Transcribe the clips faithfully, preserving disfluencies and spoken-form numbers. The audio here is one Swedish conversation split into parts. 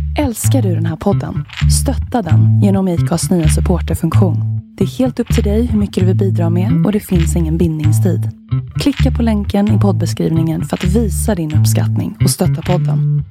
Älskar du den här podden? Stötta den genom I C A:s nya supporterfunktion. Det är helt upp till dig hur mycket du vill bidra med och det finns ingen bindningstid. Klicka på länken i poddbeskrivningen för att visa din uppskattning och stötta podden.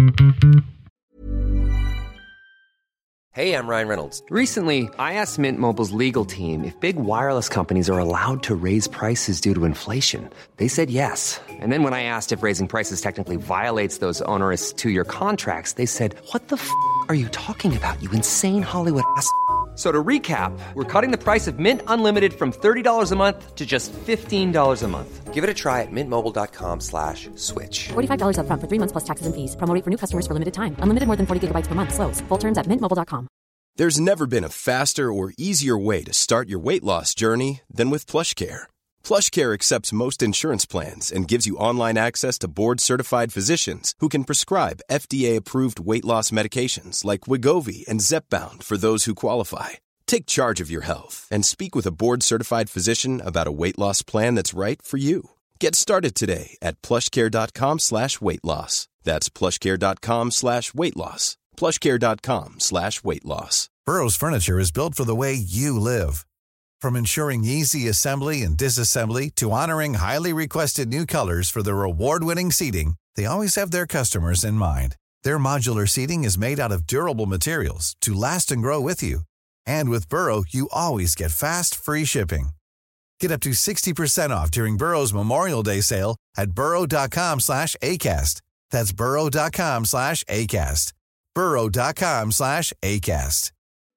Hey, I'm Ryan Reynolds. Recently, I asked Mint Mobile's legal team if big wireless companies are allowed to raise prices due to inflation. They said yes. And then when I asked if raising prices technically violates those onerous two-year contracts, they said, "What the f*** are you talking about, you insane Hollywood ass?" So to recap, we're cutting the price of Mint Unlimited from thirty dollars a month to just fifteen dollars a month. Give it a try at mintmobile.com slash switch. forty-five dollars up front for three months plus taxes and fees. Promo rate for new customers for limited time. Unlimited more than forty gigabytes per month. Slows full terms at mint mobile dot com. There's never been a faster or easier way to start your weight loss journey than with PlushCare. PlushCare accepts most insurance plans and gives you online access to board-certified physicians who can prescribe F D A-approved weight loss medications like Wegovy and Zepbound for those who qualify. Take charge of your health and speak with a board-certified physician about a weight loss plan that's right for you. Get started today at plushcare.com slash weight loss. That's plushcare.com slash weight loss. plushcare.com slash weight loss. Burrow's furniture is built for the way you live. From ensuring easy assembly and disassembly to honoring highly requested new colors for their award-winning seating, they always have their customers in mind. Their modular seating is made out of durable materials to last and grow with you. And with Burrow, you always get fast, free shipping. Get up to sixty percent off during Burrow's Memorial Day sale at burrow.com slash ACAST. That's burrow.com slash ACAST. burrow.com slash ACAST.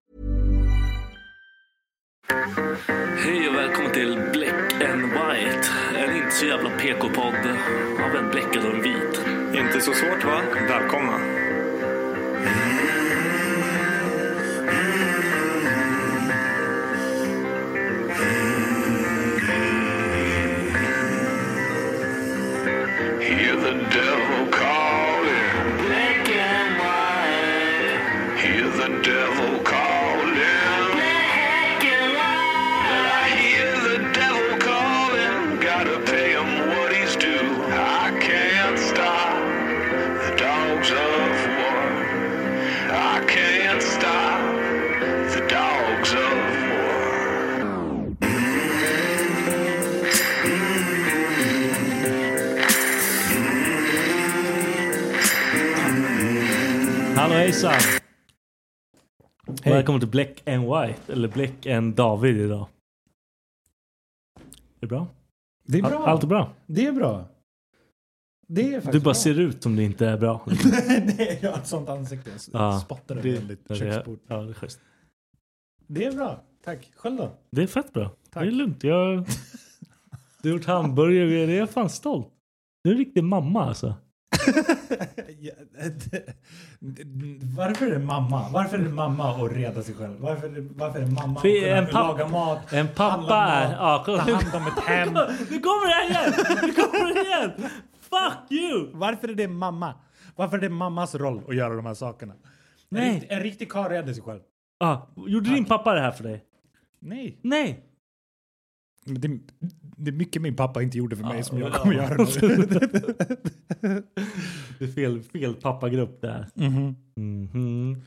Hej och välkommen till Black and White. En inte så jävla P K-podd av en bläckad och en vit. Inte så svårt, va? Välkomna. Hear the devil calling, black and white. Hear the devil calling, black and white. I hear the devil calling, gotta pay him what he's due. I can't stop the dogs of war. I can't stop the dogs of war. Hallå hejsan. Hej. Välkommen till Black and White. Eller Black and David idag. Det är bra. Det är bra. Allt är bra. Det är bra. Det är faktiskt du bara bra. Ser ut som det inte är bra. Nej, jag har ett sånt ansikte. Jag ja, spottar det det, väldigt ja, köksbord. Ja, det är schysst. Det är bra. Tack. Själv då? Det är fett bra. Tack. Det är lugnt. Jag... Du har gjort hamburgare. Jag är fan stolt. Du är en riktig mamma alltså. Varför är det mamma? Varför är det mamma att reda sig själv? Varför är det, varför är det mamma att en kunna papp, laga mat? En pappa är... Ja, ta hand om ett hem. Nu kommer det här igen! Nu kommer det igen! Fuck you! Varför är det mamma? Varför är det mammas roll att göra de här sakerna? Nej. En, rikt, en riktig karl räddar sig själv. Ja, gjorde Tack. din pappa det här för dig? Nej. Nej. Det, det är mycket min pappa inte gjorde för mig ja, som jag ja. kommer göra nu. Det är fel, fel pappagrupp där. Mm-hmm. Mm-hmm.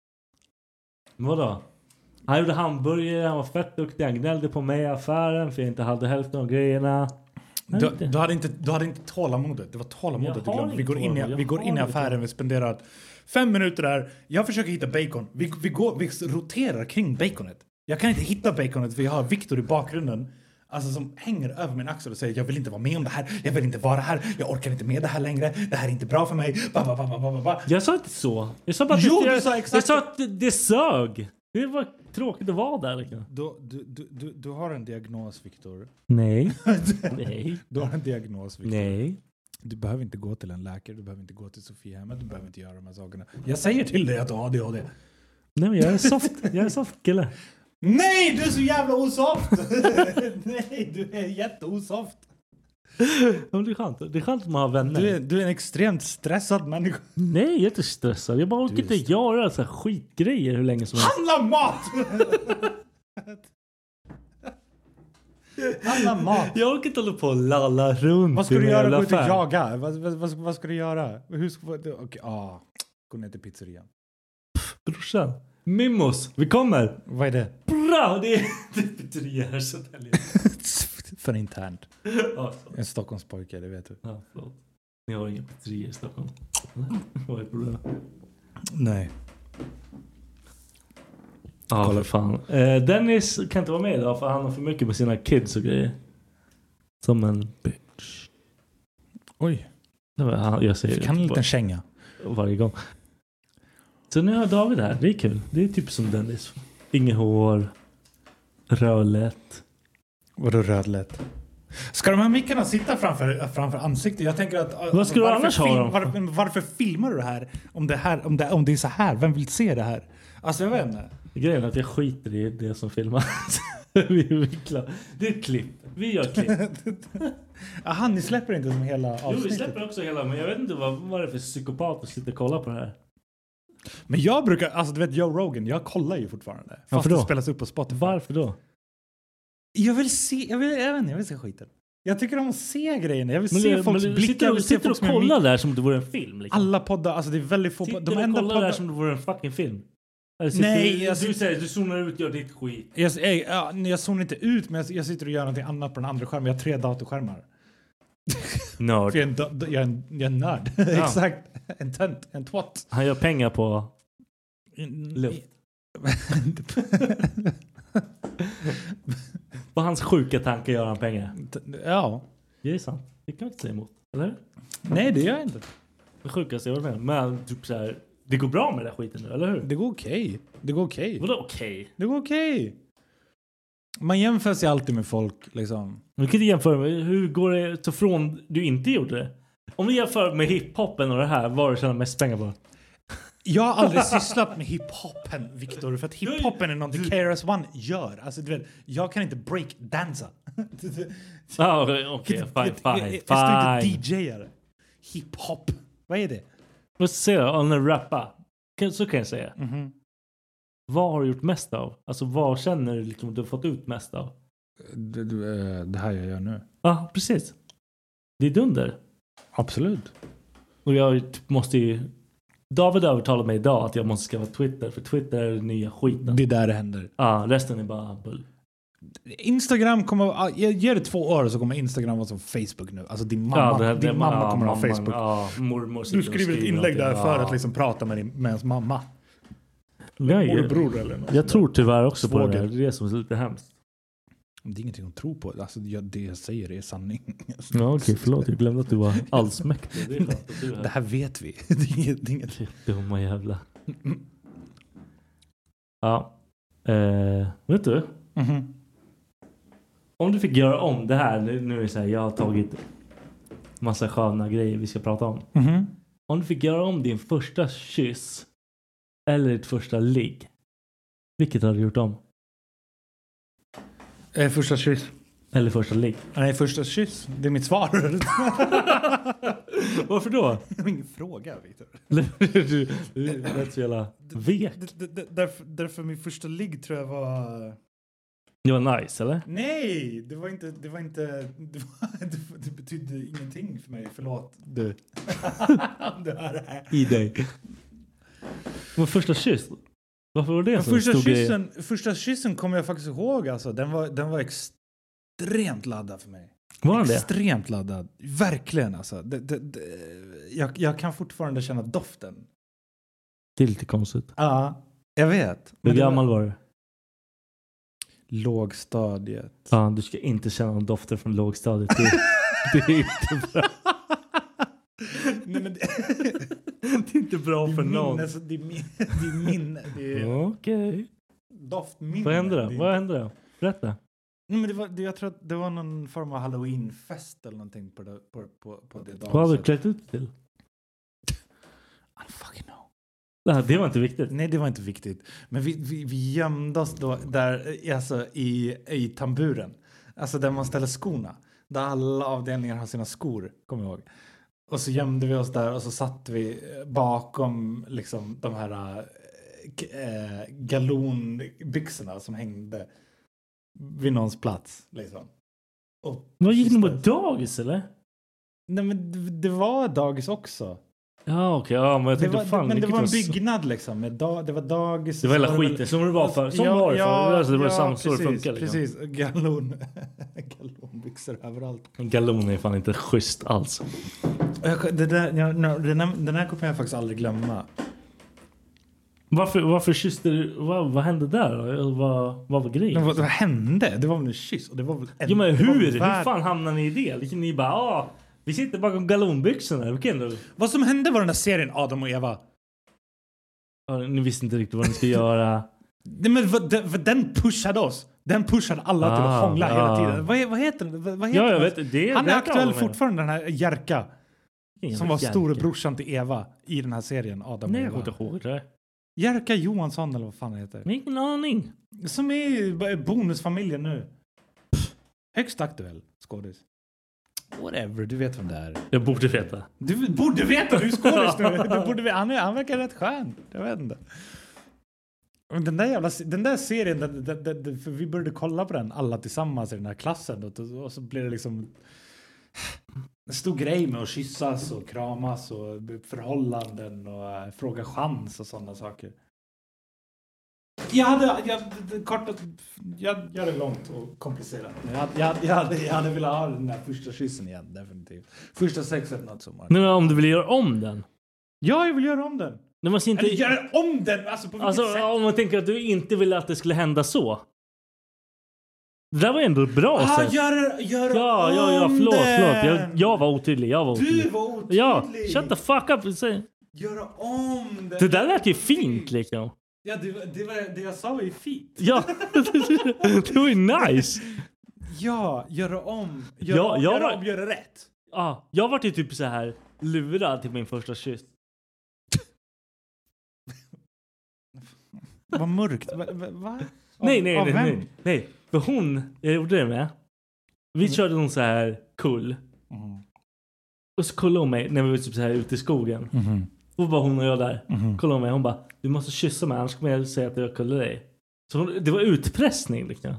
Vadå? Han gjorde hamburgare, han var fett duktig. Han gnällde på mig i affären för jag inte hade hälften av grejerna. Du, du, hade inte, du hade inte tålamodet. Det var tålamodet du glömde. Vi går in i, vi går in i affären, vi spenderar fem minuter där. Jag försöker hitta bacon. Vi, vi, går, vi roterar kring baconet. Jag kan inte hitta baconet för jag har Victor i bakgrunden. Alltså som hänger över min axel och säger jag vill inte vara med om det här. Jag vill inte vara här. Jag orkar inte med det här längre. Det här är inte bra för mig. Ba, ba, ba, ba, ba, ba. Jag sa inte så. Jag sa bara jo, att, jag, du sa exakt. jag sa att det, det sög. Det var tråkigt att vara där. Liksom. Du, du, du, du, du har en diagnos, Victor. Nej. Nej. Du har en diagnos, Victor. Nej. Du behöver inte gå till en läkare. Du behöver inte gå till Sofia hemma. Du behöver inte göra de här sakerna. Jag säger till dig att du har A D H D. Nej, men jag är soft. Jag är soft kille. Nej, du är så jävla osoft. Nej, du är jätteosoft. Ja, det är skönt. Det är skönt att man har vänner. Du är, du är en extremt stressad människa. Nej, jag är inte stressad. Jag bara orkar inte göra så här skitgrejer hur länge som helst. Handla mat! Handla mat. Jag orkar inte hålla på och lalla runt. Vad ska du göra? Gå ut och jaga. Vad, vad, vad, vad ska du göra? Hur ska du... Okej, ah. Gå ner till pizzerian. Brorsan. Mimos, vi kommer. Vad är det? Bra, det är, det är pizzeria här så För internt. Ja, en Stockholmspojke, det vet du. Ja, förlåt. Ni har ingen pizzeria i Stockholm. Vad är problemet? Nej. Ja, kolla för fan. Eh, Dennis kan inte vara med idag för han har för mycket med sina kids och grejer. Som en bitch. Oj. Det var, han, jag säger kan en liten känga. Varje gång. Så nu har David här. Det är kul. Det är typ som Dennis. Inget hår. Rödlätt. Vadå rödlätt? Ska de här mickarna sitta framför, framför ansiktet? Jag tänker att... Vad ska du annars ha dem? Varför, varför filmar du det här? Om det här om det, om det är så här. Vem vill se det här? Alltså jag vet inte. Grejen är att jag skiter i det som filmas. vi är det är ett klipp. Vi gör klipp. Aha, ni släpper inte som hela avsnittet. Jo, vi släpper också hela. Men jag vet inte vad, vad det är för psykopat att sitta och kolla på det här. Men jag brukar... Alltså du vet Joe Rogan. Jag kollar ju fortfarande. Fast Varför då? Det spelas upp på Spotify. Varför då? Jag vill se... Jag vill, jag vet inte, jag vill se skiten. Jag tycker om att se grejerna. Jag vill men, se folks blickar. Sitter, du sitter och kollar där som om det vore en film. Liksom. Alla poddar. Alltså det är väldigt få... Sitter de och enda kollar poddar... där som om det vore en fucking film. Sitter, Nej, du, jag du säger du zonar ut, gör ditt skit. Jag, jag, jag, jag zonar inte ut, men jag, jag sitter och gör någonting annat på den andra skärmen. Jag har tre datorskärmar. Nörd. jag, är en, jag, är en, jag är en nörd. Ja. Exakt. En tönt, en twat. Han gör pengar på luft. På hans sjuka tankar gör han pengar. Ja. Det är sant. Det kan jag inte säga emot. Eller? Nej, det gör jag inte. Det sjukaste jag med. Men typ så här, det går bra med den skiten nu, eller hur? Det går okej. Okay. Det går okej. Okay. Vadå okej? Okay? Det går okej. Okay. Man jämför sig alltid med folk, liksom. Men du kan inte jämföra med hur går det så från du inte gjorde det? Om du jämför med hiphopen och det här, vad du tjänar mest pengar på? Jag har aldrig sysslat med hiphopen, Victor, för att hiphopen är någonting K R S One gör. Alltså du vet, jag kan inte breakdansa. Ja, okej, okay, fine, fine, fine. Jag står inte D J-are. Hiphop. Vad är det? Vad säger jag? Om en rappa. Så kan jag säga. Mm-hmm. Vad har du gjort mest av? Alltså vad känner du liksom du har fått ut mest av? Det, det, det här jag gör nu. Ja, precis. Det är dunder. Absolut. Och jag måste ju... David övertalade mig idag att jag måste skaffa Twitter. För Twitter är den nya skiten. Det är där det händer. Ja, resten är bara bull. Instagram kommer... Jag ger det två år så kommer Instagram vara som Facebook nu. Alltså din mamma, ja, det, din det, mamma ja, kommer mamma, ha Facebook. Ja, mormor du skriver ett inlägg där för ja. att liksom prata med din med ens mamma. Nej, morbror eller något. Jag tror tyvärr också Svåger. På det där. Det är det som är lite hemskt. Det är ingenting att tro på. Alltså, jag, det jag säger är sanning. Ja, okej, okay, förlåt. Jag glömde att du var allsmäktig. Det, är klart att du är. Det här vet vi. Det är inget... Det är inget. Dumma jävla. Ja. Eh, vet du? Mm-hmm. Om du fick göra om det här. Nu, nu är det så här, jag har tagit massa sköna grejer vi ska prata om. Mm-hmm. Om du fick göra om din första kyss eller ditt första ligg. Vilket hade du gjort om? Eh, första kyss. Eller första ligg. Nej, första kyss. Det är mitt svar. Varför då? Det är ingen fråga, Victor. du du lät så jävla vek. Därför, därför min första ligg tror jag var... Det var nice, eller? Nej, det var inte... Det var inte... Det, var, det, det betydde ingenting för mig. Förlåt. Du. det här I dig. Men första kyss... Varför var det Men så första stor kyssen, grej? första kyssen kommer jag faktiskt ihåg. Alltså. Den, var, den var extremt laddad för mig. Var den det? Extremt laddad. Verkligen alltså. Det, det, det, jag, jag kan fortfarande känna doften. Det är lite konstigt. Ja, jag vet. Hur gammal var du? Lågstadiet. Ja, du ska inte känna dofter från lågstadiet. Det, det är inte bra. Nej, men det, det är inte bra för någon. Minne, det är minne. Det är minne. Okej. Okay. Doftminne. Vad hände då? Det, Vad hände då? Berätta. Nej, men det var, det, jag tror att det var någon form av Halloweenfest eller någonting på det, på, på, på det dagen. Vad har du klätt ut till? I don't fucking know. Nej, det var inte viktigt. Nej, det var inte viktigt. Men vi, vi, vi gömde oss då där, alltså, i, i tamburen. Alltså där man ställer skorna. Där alla avdelningar har sina skor, kommer jag ihåg. Och så gömde vi oss där och så satt vi bakom liksom de här äh, galonbyxorna som hängde vid någons plats. Liksom. Och vad gick ni på dagis eller? Nej, men det, det var dagis också. Ja, okej. Okay. Ja, men jag tänkte det var, fan. Men det var en så... byggnad liksom. Med dag, det var dagis. Det var hela skiten väl... som det var för. Som ja, var det för. Ja, alltså, det var ja, samma så det funkar. Liksom. Precis. Gallon. Gallonbyxor överallt. Gallon är fan inte schysst alls. Det där, ja, no, den, här, den här kommer jag faktiskt aldrig glömma. Varför, varför kysste du? Vad, vad hände där? Vad, vad var grejen? Vad, vad hände? Det var väl en kyss. Och det var väl en, ja, men hur? Hur värld... fan hamnade ni i det? Liksom, ni bara, ah, vi sitter bakom galonbyxorna. Okay, vad som hände var den där serien Adam och Eva. Ja, ni visste inte riktigt vad ni ska göra. Nej, men vad, den, den pushade oss. Den pushade alla ah, till att hångla ah. hela tiden. Vad, vad heter den? Vad, vad heter ja, jag den? vet, det, Han det är aktuell fortfarande, den här Jerka. Ingen som var Jerka. storebrorsan till Eva i den här serien Adam Nej, och Eva. jag kommer inte ihåg det. Jerka Johansson eller vad fan det heter. Ingen aning. Som är bonusfamiljen nu. Pff, högst aktuell skådis. Whatever, du vet vem det är. Jag borde veta. Du borde veta, du är skådis nu. Du borde veta. Han, är, han verkar rätt skön. Jag vet inte. Den där, jävla, den där serien, den, den, den, den, för vi började kolla på den alla tillsammans i den här klassen. Och, och så blev det liksom en stor grej med att kyssas och kramas och förhållanden och äh, fråga chans och sådana saker. Jag hade, jag, kort, jag gör det långt och komplicerat. Jag, jag, jag, hade, jag hade velat ha den här första kyssen igen, definitivt. Första sexet, något som Nej, men om du vill göra om den? Ja, jag vill göra om den. Det måste inte... Eller göra om den, alltså på vilket alltså, sätt? Om man tänker att du inte ville att det skulle hända så. Det där var ändå bra ah, sätt. Gör, gör ja, ja, ja, förlåt, förlåt. Jag, jag var otydlig, jag var otydlig. Du var otydlig. Ja, shut the fuck up. Säg. Göra om den. Det där lät ju fint, liksom. Ja, det, det, var, det jag sa var ju fint. Ja, det var ju nice. Ja, göra om. Göra, ja, om, jag göra var, om, göra rätt. Ja, jag var ju typ så här lurad till min första kyss. Vad mörkt. Va? va, va? Nej, nej, nej, nej, nej. För hon, jag gjorde det med. Vi mm. körde någon så här kull. Mm. Och så kollade hon mig när vi var typ så här ute i skogen. Mm. Då var hon och jag där. Mm. Kollade hon mig. Hon bara, du måste kyssa mig annars kommer jag säga att jag kullade dig. Så hon, det var utpressning liksom.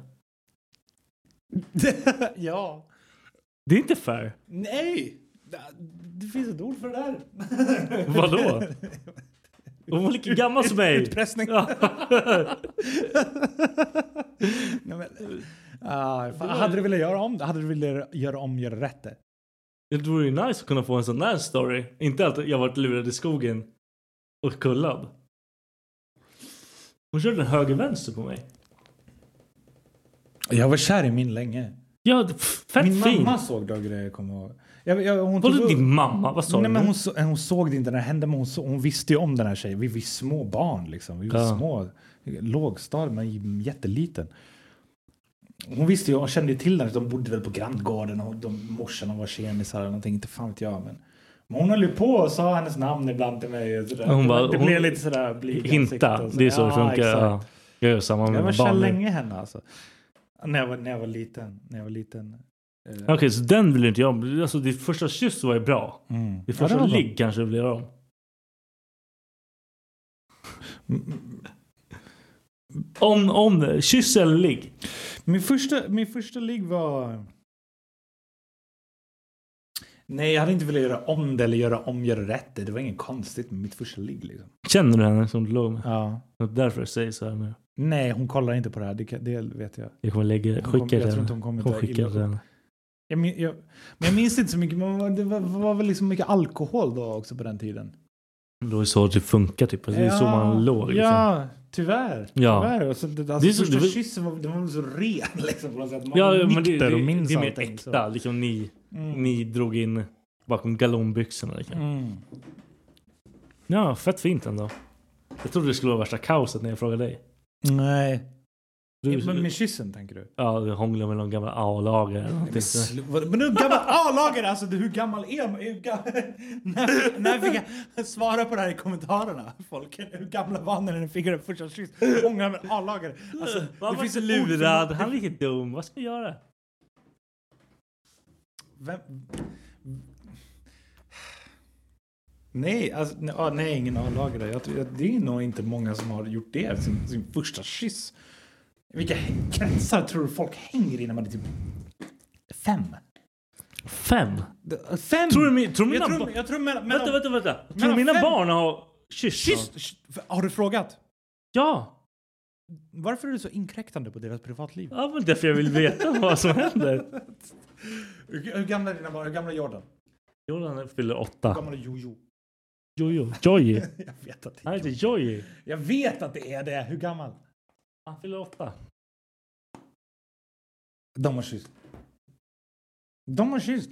Ja. Det är inte fair. Nej. Det finns ett ord för det där. Vadå? Hon var lika gammal som mig. Utpressning. Ja. Nej, men, ah, fan, hade du velat göra om det? Hade du velat göra om göra rätt det? Det vore ju nice att kunna få en sån här story. Inte att jag varit lurad i skogen och kullad. Hon körde en höger-vänster på mig. Jag var kär i min länge. Ja, fett min fin. mamma såg då grejer jag kommer ihåg. Jag, jag, hon Var det tog, din mamma? Vad sa nej, du? Men hon, så, hon såg det inte när det hände, men hon, så, hon visste ju om den här tjejen. Vi var små barn liksom. Vi var ja. små. Lågstad, men jätteliten. Hon visste ju, hon kände ju till den. De bodde väl på granngården och de morsan var tjenisar eller någonting. Inte fan vet jag, men... Men hon höll ju på och sa hennes namn ibland till mig. Och hon bara, det hon blev lite sådär... Hinta, det är så ja, det funkar. Ja. Jag gör samma med jag var barn. Jag var länge henne alltså. När jag var, när jag var liten. När jag var liten. Okej, okay, så den vill inte jag... Alltså, ditt första kyss var ju bra. Mm. Ditt första ja, ligg bra. Kanske blir om. om, om kyss eller ligg? Min första, min första ligg var... Nej, jag hade inte velat göra om det eller göra om, göra rätt. Det var inget konstigt med mitt första ligg. Liksom. Känner du henne som du låg med? Ja. Och därför säger jag så här nu. Nej, hon kollar inte på det här. Det, det vet jag. Jag kommer lägga, skicka kom, jag den. Tror inte hon kommer hon skickar den. Jag, min, jag, men jag minns inte så mycket. Men det var, var väl liksom mycket alkohol då också på den tiden. Det var så det funkar typ. Det är ja, så man låg. Liksom. Ja, tyvärr. Ja. Tyvärr. Alltså, det, alltså, det så, första det var... kyssen var, det var så ren. Liksom, på något sätt. Man ja, var men det, det, och minns det är mer allting, äkta. Liksom, ni, mm. ni drog in bakom galonbyxorna. Liksom. Mm. Ja, fett fint ändå. Jag trodde det skulle vara värsta kaoset när jag frågade dig. Nej. Du, men med kyssen tänker du? Ja, du hånglar med någon gammal A-lagare. Men, men du gammal A-lagare, alltså hur gammal är man? när, när fick jag svara på det här i kommentarerna? Folk, hur gamla var när ni fick den första kyss? Många med A-lagare. Alltså, vad det finns så lurad, han är inte dum. Vad ska jag göra? Vem? Nej, alltså, nej, nej, ingen A-lagare. Jag, jag, det är nog inte många som har gjort det. Sin, sin första kyss. Vilka kretsar tror du folk hänger i när man är typ fem? Fem? Fem? Tror du, min, tror mina jag tror, ba- jag tror mellan, vänta, vänta, vänta. Tror du mina fem? barn har kysst? Kysst? Har du frågat? Ja. Varför är du så inkräktande på deras privatliv? Ja, men därför jag vill veta vad som händer. Hur, hur gamla är dina barn? Hur gamla är Jordan? Jordan fyller åtta. Hur gammal är Jojo? Jojo. Joy. Jag vet att det Han heter Joy. Jag vet att det är det. Hur gammal? Han fyller åtta. De har kysst. De har kysst.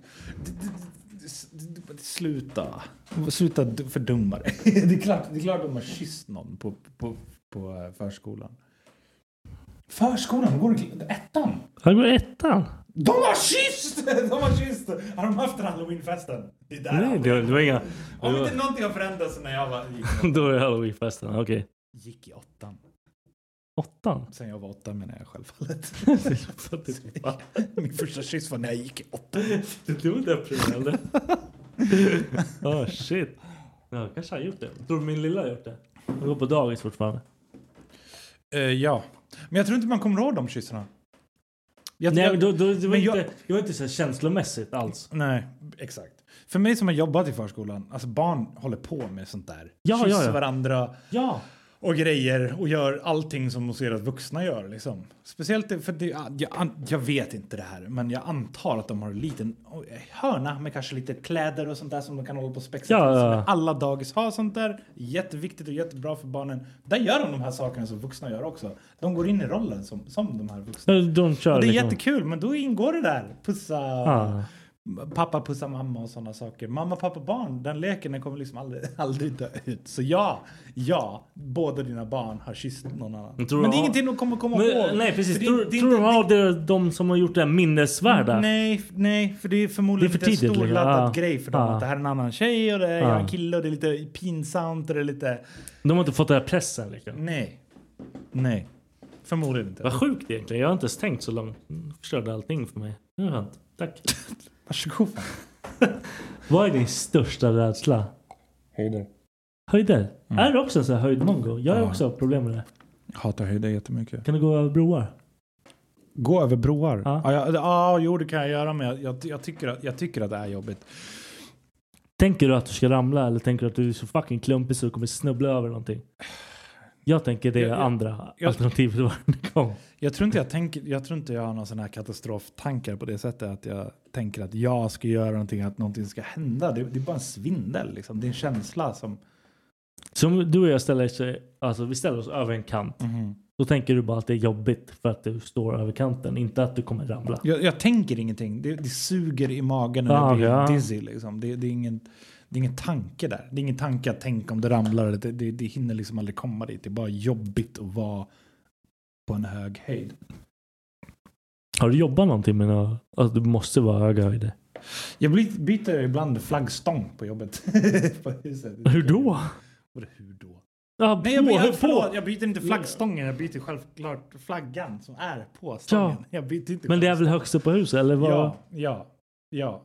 Sluta. Sluta fördumma dig. Det är klart, det är klart de har kysst någon på, på, på förskolan. Förskolan? Går det ettan? Han går ettan. De har kysst! De har kysst! Har de haft halloweenfesten? Det är där. Nej, det, det var inga... Om inte någonting har förändrats när jag var... Då är det halloweenfesten, okej. Okay. Gick i åttan. Åttan? Sen jag var åtta menar jag självfallet. Min första kyss var när jag gick i åtta. Du var deprimerande. Åh oh, shit. Ja, kanske har gjort det. Tror du min lilla har gjort det? Jag går på dagis fortfarande. Uh, ja. Men jag tror inte man kommer ihåg de kyssarna. Jag, Nej, jag, men då, då, det var jag, inte, det var inte så känslomässigt alls. Nej, exakt. För mig som har jobbat i förskolan, alltså barn håller på med sånt där. Ja, Kyssar ja, ja. varandra. Ja. Och grejer och gör allting som de ser att vuxna gör liksom. Speciellt för det, jag, jag vet inte det här, men jag antar att de har en liten hörna med kanske lite kläder och sånt där som de kan hålla på och spexa. Ja, ja. Alla dagis har sånt där. Jätteviktigt och jättebra för barnen. Där gör de de här sakerna som vuxna gör också. De går in i rollen som, som de här vuxna. De kör och det är liksom. jättekul, men då ingår det där. Pussa... Ah. Pappa pussar mamma och sådana saker. Mamma, pappa, barn. Den leken den kommer liksom aldrig, aldrig dö ut. Så ja, ja, båda dina barn har kysst någon annan. Men, men det är har... ingenting de kommer komma men, ihåg. Nej, precis. Det, tror det, tror det, du har det, de som har gjort det här minnesvärda? Nej, nej, för det är förmodligen det är för lite en storladdad ah. grej för dem. Ah. Att det här är en annan tjej och det är ah. en kille och det är lite pinsamt och det är lite... De har inte fått den här pressen liksom. Nej, nej. Förmodligen inte. Vad sjukt egentligen. Jag har inte ens tänkt så långt. Förstörde allting för mig. Det är skönt. Tack. Varsågod. Vad är din största rädsla? Höjder. Höjder? Mm. Är det också en sån här höjdmongo? Jag har ja. också problem med det. Jag hatar höjder jättemycket. Kan du gå över broar? Gå över broar? Ja, ja, ja, ja jo det kan jag göra, men jag, jag, jag, tycker att, jag tycker att det är jobbigt. Tänker du att du ska ramla eller tänker du att du är så fucking klumpig så du kommer snubbla över någonting? Jag tänker det är jag, andra jag, alternativet varje gång. Jag tror inte jag tänker, jag tror inte jag har någon sån här katastroftankar på det sättet att jag tänker att jag ska göra någonting, att någonting ska hända. Det, det är bara en svindel liksom. Det är en känsla som... Som du och jag ställer sig, alltså vi ställer oss över en kant. Mm. Då tänker du bara att det är jobbigt för att du står över kanten, inte att du kommer ramla. Jag, jag tänker ingenting. Det, det suger i magen när ah, jag blir ja. dizzy liksom. Det, det är ingen... Det är ingen tanke där. Det är ingen tanke att tänka om det ramlar. Det, det, det hinner liksom aldrig komma dit. Det är bara jobbigt att vara på en hög höjd. Har du jobbat någonting med att alltså, du måste vara höga höjder? Jag byter ibland flaggstång på jobbet. På huset. Hur då? Vadå hur då? Ja, Nej, jag, jag, förlåt, jag byter inte flaggstången. Jag byter självklart flaggan som är på stången. Ja. Jag byter inte men det är väl högst upp på huset? Eller vad? Ja, ja, ja.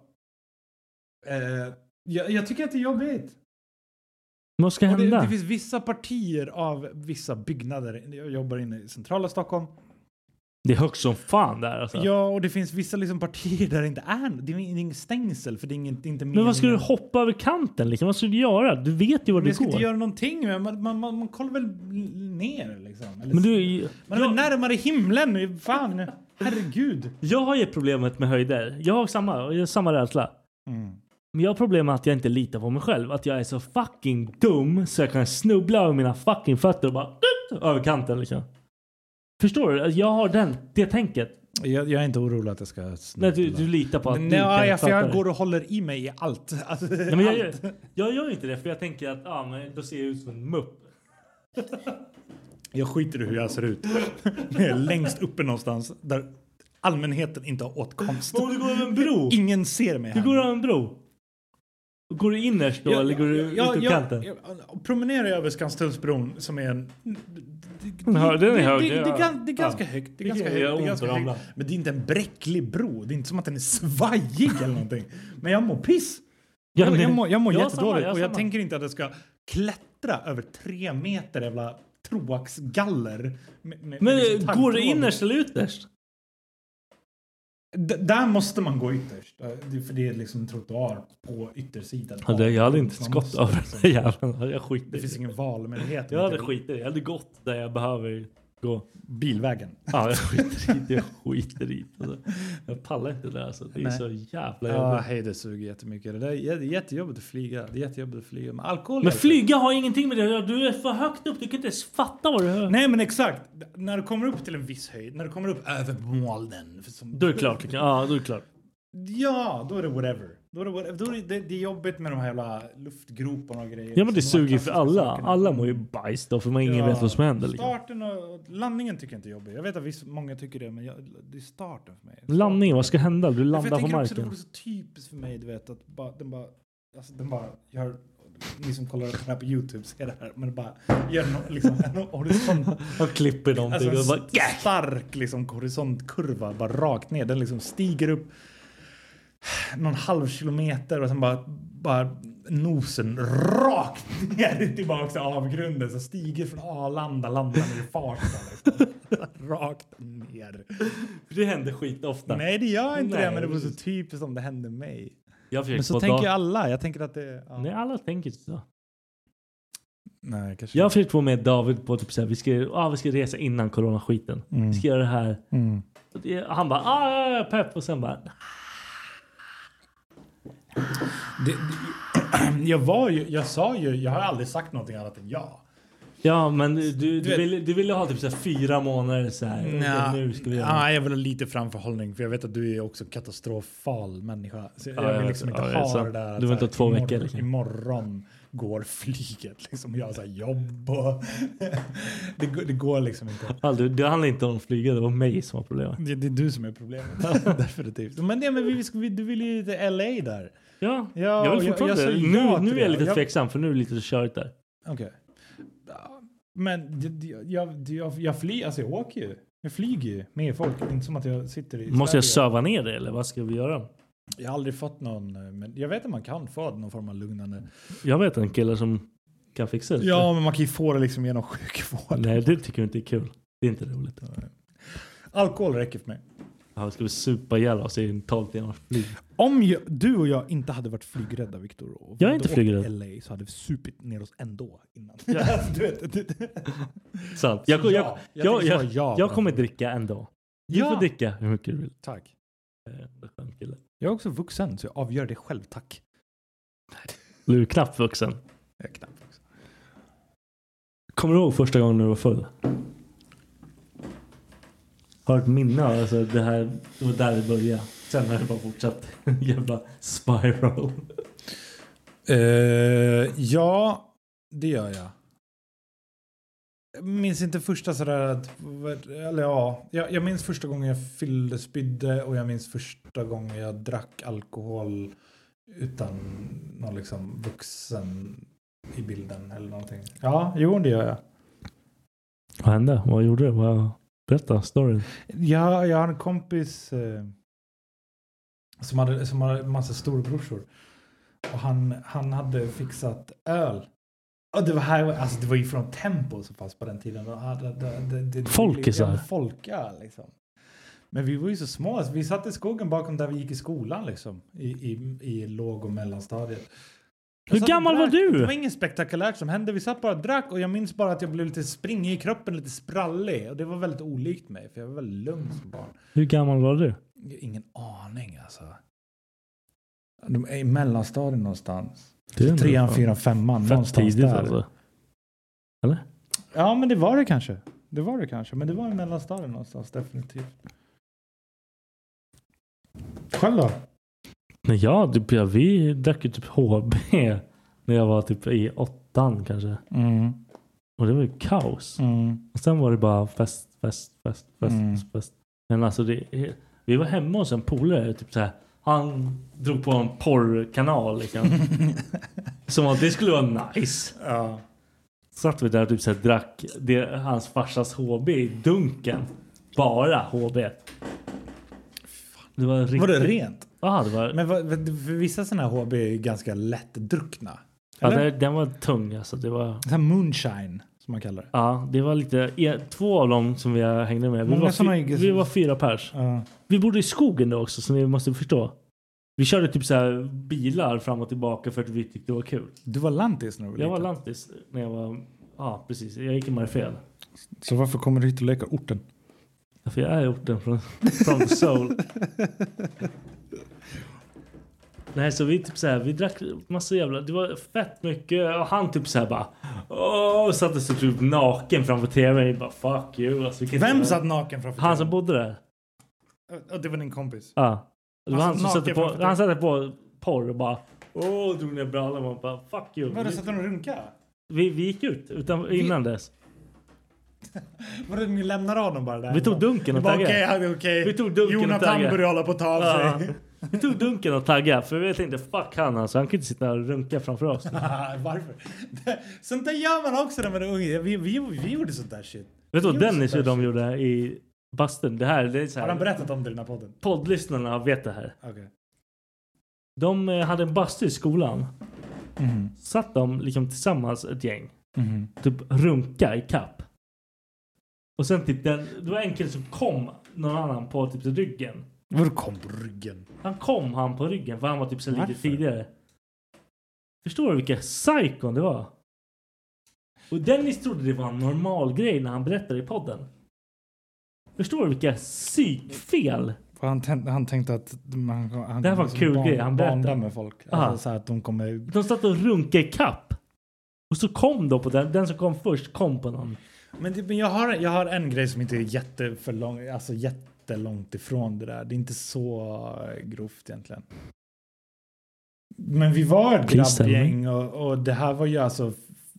Uh, Jag, jag tycker att det är jobbigt. Vad ska hända? Det, det finns vissa partier av vissa byggnader. Jag jobbar inne i centrala Stockholm. Det är högt som fan där alltså. Ja, och det finns vissa liksom partier där det inte är. Det är ingen stängsel för det är inte, inte Men vad ska du hoppa över kanten liksom? Vad ska du göra? Du vet ju vad det går. Jag ska inte göra någonting. Man, man, man, man kollar väl ner liksom. Eller men du, man är jag, väl närmare himlen. Fan, herregud. Jag har ju problemet med höjder. Jag har samma, jag har samma rädsla. Mm. Men jag har problem med att jag inte litar på mig själv. Att jag är så fucking dum så jag kan snubbla över mina fucking fötter och bara över kanten liksom. Förstår du? Jag har den, det tänket. Jag, jag är inte orolig att jag ska snubbla. Nej, du, du litar på att Nej, du kan ja, för jag det. går och håller i mig i allt. Alltså, Nej, men jag, allt. Jag, jag gör inte det för jag tänker att ah, men då ser jag ut som en mupp. Jag skiter i hur jag ser ut. Jag är längst uppe någonstans där allmänheten inte har åtkomst. Men om du går över en bro? Ingen ser mig här. Du går över en bro? Går du innerst då jag, eller går du jag, ut ur kanten? Jag, jag promenerar över Skanstullsbron som är en... Det, ja, den är det, hög. Det, det, det, det är ganska högt. Det är ganska högt. Det är ganska högt. högt. Men det är inte en bräcklig bro. Det är inte som att den är svajig eller någonting. Men jag mår piss. Ja, jag, men, jag mår, jag mår jag jättedåligt. samma, jag och jag samma. tänker inte att jag ska klättra över tre meter jävla troaxgaller. Med, med, men med liksom går det innerst eller ytterst? D- där måste man gå ytterst. För det är liksom en trottoar på yttersidan. Ja, det, jag hade inte Man skott måste över liksom- den jäveln. Jag skiter Det i finns ingen valmöjlighet. Jag hade skiter i det. Jag hade gått där jag behöver gå. Bilvägen. Ja, jag skiter i det. Jag skiter i det. Alltså, jag pallar inte det där. Alltså. Det är Nej. så jävla Ja, jobbigt. hej, det suger jättemycket. Det är jätte- jättejobbigt att flyga. Det är jättejobbigt att flyga. Men alkohol... Men är- flyga har ingenting med det. Du är för högt upp. Du kan inte ens fatta vad du hör. Nej, men exakt. När du kommer upp till en viss höjd. När du kommer upp över molnen. för Som... Då är det klart. Ja, då är det klart. Ja, då är det whatever. Då är det, whatever. Då är det, det är jobbigt med de här jävla luftgroparna och grejer. Ja, men det Som de här suger för klassiska alla. sakerna. Alla mår ju bajs då. För man ingen Ja, vet vad som händer. Liksom. Starten och landningen tycker jag inte är jobbig. Jag vet att viss, många tycker det, men jag, det är starten för mig. Landningen, vad ska hända? Du För landar jag på tänker också, det marken. vore så typiskt för mig, du vet, att bara, den bara, alltså den bara gör, ni som kollar på det här på YouTube ser det här, men det bara gör no, liksom, en horisont, Och klipper någonting. alltså och en bara, stark liksom, horisontkurva, bara rakt ner. Den liksom stiger upp någon halv kilometer och sen bara, bara nosen rakt ner tillbaka till avgrunden. Så stiger från Arlanda, landar ner i Farsta. Liksom. Rakt ner. det händer skit ofta. Nej, det gör inte Nej, det, men det var så precis. typiskt om det hände mig. Jag Men så på tänker dag- ju alla. Jag tänker att det... Ja. Nej, alla tänker inte så. Nej, kanske Jag har försökt få med David på typ så här, vi ska, ah, vi ska resa innan coronaskiten. Mm. Vi ska göra det här. Mm. Och det- Han bara, ah, ja, ja, pepp. Och sen bara, Det, det, jag var ju... Jag sa ju... Jag har aldrig sagt någonting annat än ja. ja, men du, du, vet- ville, du ville ha typ så här fyra månader så här. Nja, Nu ska vi göra ja, jag vill ha lite framförhållning, för jag vet att du är också katastrofal människa. Så jag Ja, vill jag liksom vet. inte Ja, det är ha sant. det där. Du att vill så inte här, ha två imorgon, veckor, liksom. Imorgon går flyget. Liksom, jag har så här jobb och... det, går- det går liksom inte. Aldrig, det handlar inte om flyga, det var mig som var problemet. Det, det är du som är problemet. Definitivt. Men, det, men vi, vi, du vill ju till L A där. Ja, Ja, jag vill jag- fortfarande. jag sa nu, ja nu till är jag det. lite Jag- tveksam för nu är det lite körigt där. Okej. Ja, men det- det- jag, jag, jag flyger, alltså jag åker ju. Jag flyger ju med folk. Det är inte som att jag sitter i Måste jag Sverige. söva ner det eller vad ska vi göra? Jag har aldrig fått någon, men jag vet att man kan få någon form av lugnande. Jag vet en kille som kan fixa det. Ja, men man kan ju få det liksom genom sjukvård. Nej, det tycker jag inte är kul. Det är inte roligt. Alkohol räcker för mig. Ja, ska vi supa ihjäl oss i en tolv timmars flyg? Om jag, du och jag inte hade varit flygrädda, Viktor, och Jag är vi inte hade åkt flygrädd. till L A, så hade vi supit ner oss ändå innan. Ja. du vet, du, Sant. Jag, Så jag, ja, jag, jag jag, tycker jag, det var ja jag på kommer den. dricka ändå. Du Ja. får dricka hur mycket du vill. Tack. Eh, det är skön kille. Jag är också vuxen, så jag avgör det själv, tack. Du är knappt vuxen. Jag är knappt vuxen. Kommer du ihåg första gången du var full? Har du ett minne av alltså, det här? Det var där det började. Sen har det bara fortsatt. Jävla spiral. Uh, ja, det gör jag. Jag minns inte första sådär att, eller ja, jag, jag minns första gången jag fyllde spydde och jag minns första gången jag drack alkohol utan någon liksom vuxen i bilden eller någonting. Ja, jo, det gör jag. Vad hände? Vad gjorde du? Vad... Berätta storyn. Ja, jag har en kompis eh, som hade som hade en massa storebrorsor. Och han, han hade fixat öl. Och det var här, alltså det var ju från Tempo så fast på den tiden. Och hade, det, det, det, Folkisar. Ja, folköl liksom. Men vi var ju så små. Alltså, vi satt i skogen bakom där vi gick i skolan liksom. I, i, i låg- och mellanstadiet. Jag Hur satt och gammal var drack. du? Det var inget spektakulärt som hände. Vi satt bara och drack och jag minns bara att jag blev lite springig i kroppen, lite sprallig. Och det var väldigt olikt mig, för jag var väldigt lugn som barn. Hur gammal var du? Ingen aning alltså. De är i mellanstadien någonstans. Det är ändå Trean, fan fyran, femman. Fett Någonstans tidigt där. alltså. Eller? Ja, men det var det kanske. Det var det kanske. Men det var i mellanstadien någonstans, definitivt. Själv då? Nej, ja, typ, ja, vi drack ju typ H B när jag var typ i åttan kanske. Mm. Och det var ju kaos. Mm. Och sen var det bara fest, fest, fest, fest, Mm. fest. Men alltså det, vi var hemma hos en polare typ så här. Han drog på en porrkanal liksom. Som att det skulle vara nice. Ja. Satt vi där och typ så här, drack det, hans farsas H B i dunken. Bara H B. Det var riktigt... Var det rent? Ja, det var... Men vad, för vissa sådana här H B är ju ganska lätt druckna. Ja, Eller? det, den var tung alltså. Det var... Det här moonshine. som man kallar det. Ja, det var lite... Två av dem som vi hängde med. Vi, Många var, fy, gick... vi var fyra pers. Ja. Vi bodde i skogen då också, som ni måste förstå. Vi körde typ så här bilar fram och tillbaka för att vi tyckte det var kul. Du var lantis när du var Jag liten. var lantis när jag var... Ja, precis. Jag gick i Marfel. Så varför kommer du hit och leker orten? Ja, för jag är orten från, från Seoul. Nej, så vi typ så här, vi drack massa jävla... Det var fett mycket. Och han typ så här bara... Åh, satt sig typ naken framför tvn. Bara, fuck you. Alltså, Vem satt naken framför tvn? Han som bodde där. Och det var din kompis? Ja. Det var han, han som satte på, han satte på porr och bara... Åh, drog ner brallan och bara, fuck you. Vadå, satt han och runka? Vi, vi gick ut utan, vi... innan dess. Vadå, ni lämnade av dem bara där? Vi tog dunken och taggade. Okej, okay, okej. Vi tog dunken Jonathan och taggade. började hålla på att ta av ja. sig. Vi tog dunken och taggade. För vi tänkte, fuck han alltså. Han kunde inte sitta och runka framför oss. Varför? Sånt där gör man också när man är ung. Vi, vi, vi gjorde sånt där shit. Vet du vad Dennis och de gjorde i bastun? Det här, det är så här. Har han berättat om det i den här podden? Poddlyssnarna vet det här. Okay. De hade en bastu i skolan. Mm. Satt de liksom tillsammans ett gäng. Mm. Typ runka i kapp. Och sen typ den, det var en kille som kom någon annan på typ ryggen. Var kom på ryggen? Han kom han på ryggen för han var typ så lite tidigare. Förstår du vilka psykon det var? Och Dennis trodde det var en normal grej när han berättade i podden. Förstår du vilka psykfel? Han, tänk, han tänkte att man, han det här var en kul grej. Han berättade med folk. Alltså, så här att de kommer... De satt och runka i kapp. Och så kom då på den. Den som kom först kom på någon. Men, det, men jag, har, jag har en grej som inte är jätte för lång, alltså jättelångt ifrån det där. Det är inte så grovt egentligen. Men vi var ett grabbgäng och, och det här var ju alltså...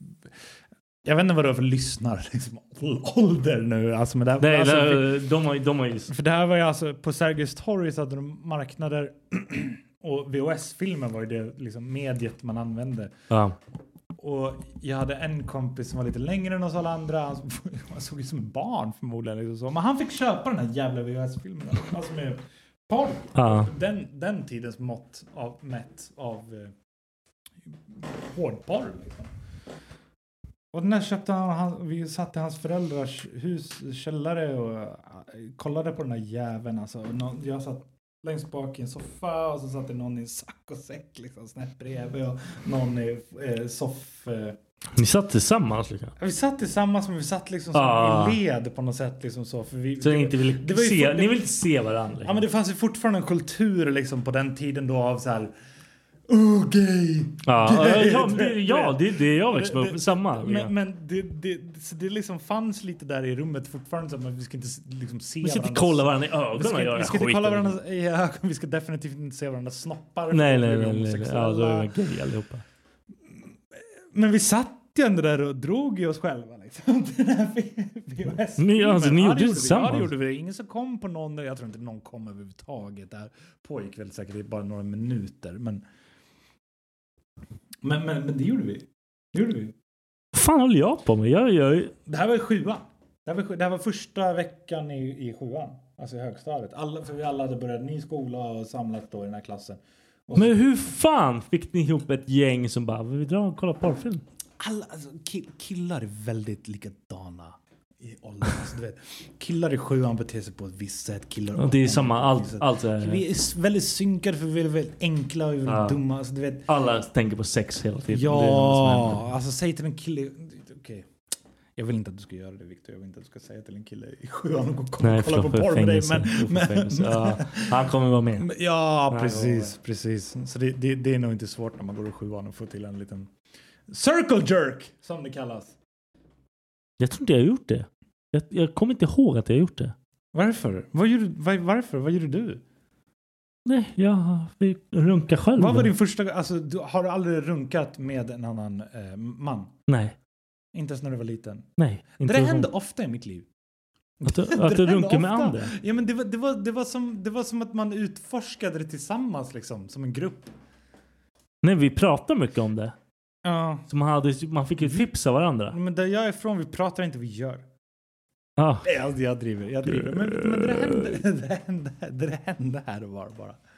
Jag vet inte vad det var för lyssnar liksom, ålder nu. Alltså, men det här, Nej, alltså, det, de har, de har ju... För det här var ju alltså... På Sergels torg så hade de marknader och V H S-filmen var ju det liksom, mediet man använde. Ja. Och jag hade en kompis som var lite längre än oss alla andra. Han, han såg ju som en barn förmodligen. Liksom så. Men han fick köpa den här jävla V H S-filmen. Alltså med porr. Ja. Den, den tidens mått av, mätt av eh, hårdporr. Liksom. Och den här köpte han, han. Vi satt i hans föräldrars hus, källare och uh, kollade på den här jäveln. Alltså, någon, jag satt längst bak i en soffa och så satt det någon i en sack och säck liksom snett bredvid och någon i eh, soff... Eh. Ni satt tillsammans liksom? Ja, vi satt tillsammans men vi satt liksom ah. i led på något sätt liksom så. För vi, så ni inte ville det var se, för, ni vill inte se varandra? Liksom. Ja men det fanns ju fortfarande en kultur liksom på den tiden då av så här... Oh, gay! Ja, gay. ja, det, ja det är det jag växte upp med. Samma. Men, ja. men det, det, så det liksom fanns lite där i rummet fortfarande så att vi ska inte liksom se vi ska inte kolla varandra i ögonen. Vi ska, och göra vi ska inte kolla varandra i ögonen. Vi ska definitivt inte se varandra snoppar. Nej, nej, nej. nej, nej. Ja, då är vi gay allihopa. Men vi satt ju ändå där och drog i oss själva. Liksom. Den här V H S. Ni, alltså, ni gjorde det tillsammans. Ja, det gjorde vi. Ingen som kom på någon. Jag tror inte någon kom överhuvudtaget. Det här pågick väl säkert i bara några minuter. Men... Men, men, men det gjorde vi. Det gjorde vi. Vad fan håller jag på med? Jag gör... Det här var i sjuan. Det här var, det här var första veckan i, i sjuan. Alltså i högstadiet. Alla, för vi alla hade börjat ny skola och samlat då i den här klassen. Och men hur fan fick ni ihop ett gäng som bara, vi drar och kollar porrfilm? Alla, alltså, kill, killar är väldigt likadana i åldern. Alltså, du vet, killar i sjuan beter sig på ett visst sätt. Killar och det är samma, allt, allt är... Vi är väldigt synkade för vi är väldigt enkla och vi är väldigt ja. dumma. Alltså, du vet. Alla tänker på sex hela tiden. Ja, alltså säg till en kille... Okej. Okay. Jag vill inte att du ska göra det, Victor. Jag vill inte att du ska säga till en kille i sjuan och kolla, Nej, kolla på porr med dig. Men, men, ja, han kommer vara med. Ja, precis. precis. Så det, det, det är nog inte svårt när man går i sjuan och får till en liten circle jerk, som det kallas. Jag tror inte jag har gjort det. Jag, jag kommer inte ihåg att jag har gjort det. Varför? Vad gjorde, var, varför? Vad gjorde du? Nej, jag fick runka själv. Vad var din första... Alltså, du, har du aldrig runkat med en annan eh, man? Nej. Inte ens när du var liten? Nej. Inte det det hände ofta i mitt liv. Att du, att du runkar med andra? Ja, men det var, det, var, det, var som, det var som att man utforskade det tillsammans, liksom, som en grupp. Nej, vi pratar mycket om det. Ja. Så man, hade, man fick ju tips av varandra. Men där jag är ifrån, vi pratar inte, vi gör. Ah. Jag, jag driver, jag driver. Men, men det, hände, det, hände, det hände här och var bara.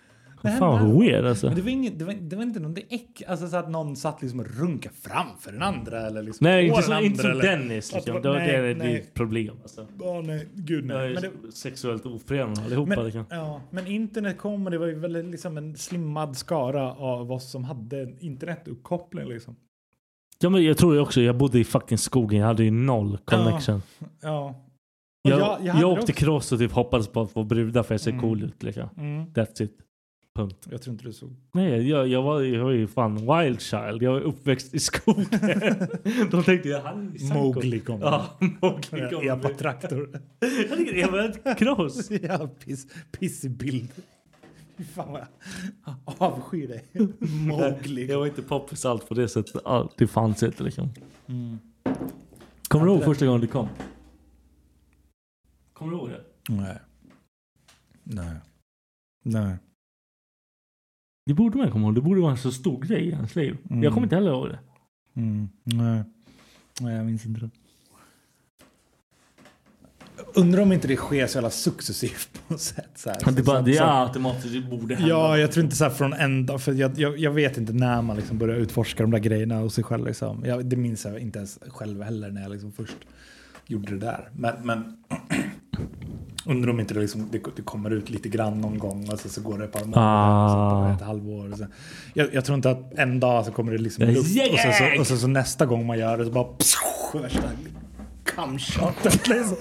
Fan vad weird alltså. Men det var, inget, det var, det var inte någon det äck, alltså så att någon satt liksom och runka framför den andra eller liksom. Nej, inte, den så, andra, inte som eller, Dennis liksom. Det, nej, det, det är ett problem alltså. Åh nej, gud nej. Jag är Men det, sexuellt oförenade allihopa. men, liksom. ja, men internet kom och det var ju väl liksom en slimmad skara av oss som hade en internetuppkoppling liksom. Ja, men jag tror också, jag bodde i fucking skogen. Jag hade ju noll connection. Ja. ja. Jag, jag, jag, jag åkte också cross och typ hoppades på att få brudar för jag ser mm. cool ut. Liksom. Mm. That's it. Punkt. Jag tror inte du så. Nej, jag, jag, var, jag var ju fan wild child. Jag var uppväxt i skogen. Då tänkte jag, han är psycho. Mowgli kom. Ja, Mowgli kom. Epa-traktor. Jag tycker det var ett cross. Ja, piss, pissig bild. Fy fan vad jag avskyr dig. Mowgli. Jag var inte poppis allt på det sättet. Ja, det fanns inte liksom. Mm. Kommer du ihåg första gången du kom? Kommer du ihåg det? Nej. Nej. Nej. Det borde man komma ihåg. Det borde vara en så stor grej i hans liv. Mm. Jag kommer inte heller ihåg det. Mm. Nej. Nej, jag minns inte det. Undrar om inte det sker så jävla successivt på något sätt. Så här. Det, bara, så, det så, är automatiskt, det borde hända. Ja, jag tror inte så här från en dag. För jag, jag, jag vet inte när man liksom börjar utforska de där grejerna hos sig själv. Liksom. Jag, det minns jag inte ens själv heller när jag liksom först gjorde det där. Men, men undrar om inte det, liksom, det, det kommer ut lite grann någon gång och så, så går det ett par månader ah. och så ett halvår. Och så. Jag, jag tror inte att en dag så kommer det liksom upp och så, så, och så, så nästa gång man gör det så bara pssst, värsta kamshotet liksom.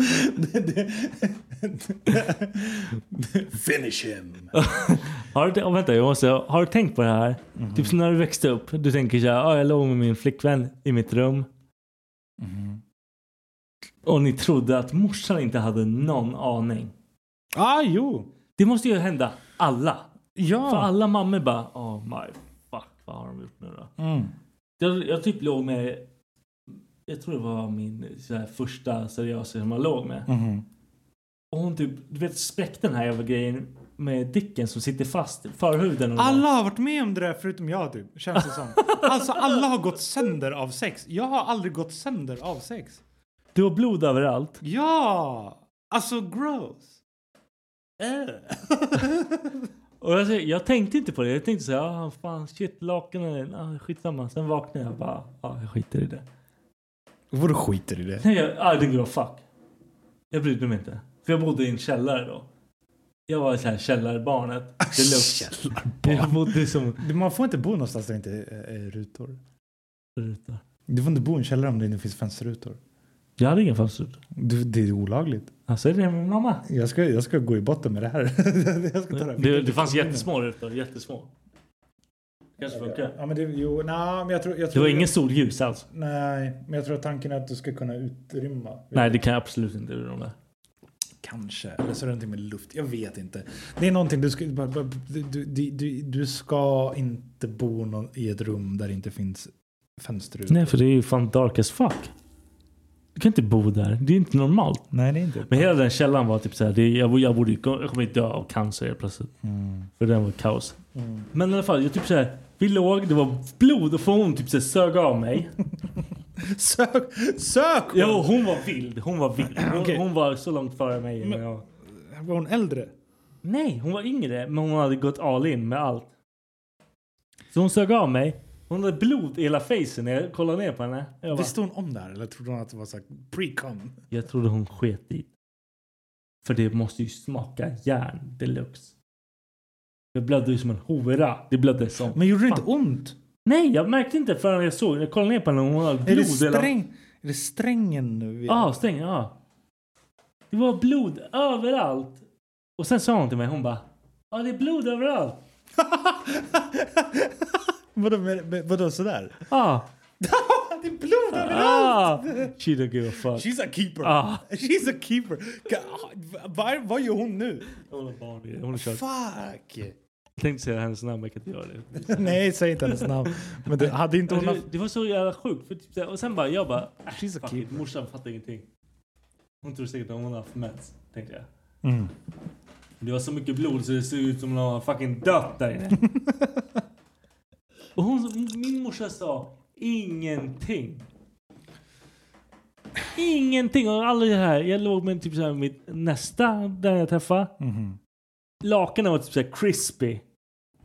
Finish him. Har du, oh, vänta, jag måste, har du tänkt på det här? Mm-hmm. Typ som när du växte upp. Du tänker så här, ah, jag låg med min flickvän i mitt rum. Mm-hmm. Och ni trodde att morsan inte hade någon aning. Ah, jo. Det måste ju hända alla. Ja. För alla mammor bara, oh my fuck, vad har de gjort nu då? Mm. Jag, jag typ låg med, jag tror det var min så här, första seriösa som jag låg med. Mm. Och hon typ, du vet, spräckte den här jävla grejen med dicken som sitter fast i förhuden. Alla har varit med om det där förutom jag typ, känns det som. Alltså alla har gått sönder av sex. Jag har aldrig gått sönder av sex. Du har blod överallt. Ja, alltså gross. Äh. Och jag, jag tänkte inte på det. Jag tänkte så här, ah, fan, shit, lakan, ah, skitsamma. Sen vaknade jag bara, ah, jag skiter i det. Vadå skiter i det? Nej, jag, ah, det går fuck. Jag brydde mig inte. För jag bodde i en källare då. Jag var så här källarbarnet. Källarbarn. Jag bodde som... Man får inte bo någonstans där det inte är, är rutor. Rutor. Du får inte bo i en källare om det inte finns fönsterrutor. Jag hade ingen fönsterrutor. Det är olagligt. Alltså är det min mamma? Jag ska, jag ska gå i botten med det här. jag ska ta det. Det, det fanns jättesmå rutor. Jättesmå. Kanske funkar. Ja, men det, jo, nej, men jag tror, jag tror det var jag, ingen solljus alls. Nej, men jag tror att tanken är att du ska kunna utrymma. Nej, det kan jag absolut inte göra det. Kanske. Eller så är det någonting med luft. Jag vet inte. Det är någonting du ska... Du, du, du, du ska inte bo någon, i ett rum där det inte finns fönster. Nej, för det är ju fan dark as fuck. Du kan inte bo där. Det är inte normalt. Nej, det är inte. Men hela den källan var typ så här. Det, jag, jag, borde, jag kommer inte dö av cancer plötsligt. Mm. För den var kaos. Mm. Men i alla fall, jag typ så här. Vi låg, det var blod och för hon typ så här, sög av mig. Sök, sök! Ja, hon var vild. Hon var vild. Hon, okay. hon var så långt före mig. Men, jag... Var hon äldre? Nej, hon var yngre. Men hon hade gått all in med allt. Så hon sög av mig. Hon hade blod i hela facen när jag kollade ner på henne. Bara, visste hon om det här? Eller trodde hon att det var så här pre-com? Jag trodde hon sket i. För det måste ju smaka järn deluxe. Det blödde ju som en hora. Det blödde som... Men gjorde det inte ont? Nej, jag märkte inte förrän jag såg. Jag kollade ner på henne och hon hade blod. Är det, sträng, är det strängen nu? Ja, ah, strängen, ja. Ah. Det var blod överallt. Och sen sa hon till mig, hon bara, ja ah, det är blod överallt. vadå, med, med, vadå sådär? Ja. Ah. Det är blod överallt. Ah. She don't give a fuck. She's a keeper. Ah. She's a keeper. Vad, vad gör hon nu? Hon är barn. Hon är kört. Fuck. Jag tänkte säga hennes namn, men jag kan inte göra det. Nej, säg inte hennes namn. Men det hade inte hon... Det, det var så jävla sjukt. För typ, och sen bara, jag bara... She's a keeper. Morsan fattar ingenting. Hon tror säkert att hon har haft mens, tänkte jag. Mm. Det var så mycket blod så det ser ut som hon har fucking dött där inne. Och hon, min morsa sa ingenting. Ingenting. Och aldrig det här. Jag låg med typ så här mitt nästa där jag träffade. Mm. Lakanen var typ så här crispy.